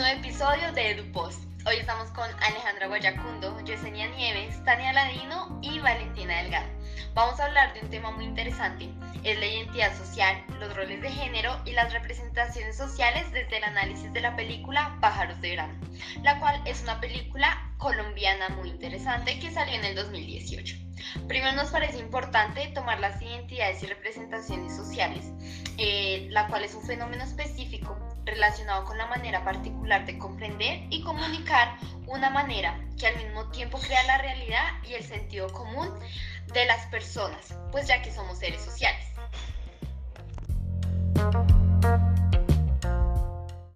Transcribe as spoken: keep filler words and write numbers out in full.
episodio de EduPost. Hoy estamos con Alejandra Guayacundo, Yesenia Nieves, Tania Ladino y Valentina Delgado. Vamos a hablar de un tema muy interesante, es la identidad social, los roles de género y las representaciones sociales desde el análisis de la película Pájaros de Verano, la cual es una película colombiana muy interesante que salió en el dos mil dieciocho. Primero nos parece importante tomar las identidades y representaciones sociales, eh, la cual es un fenómeno específico relacionado con la manera particular de comprender y comunicar una manera que al mismo tiempo crea la realidad y el sentido común de las personas, pues ya que somos seres sociales.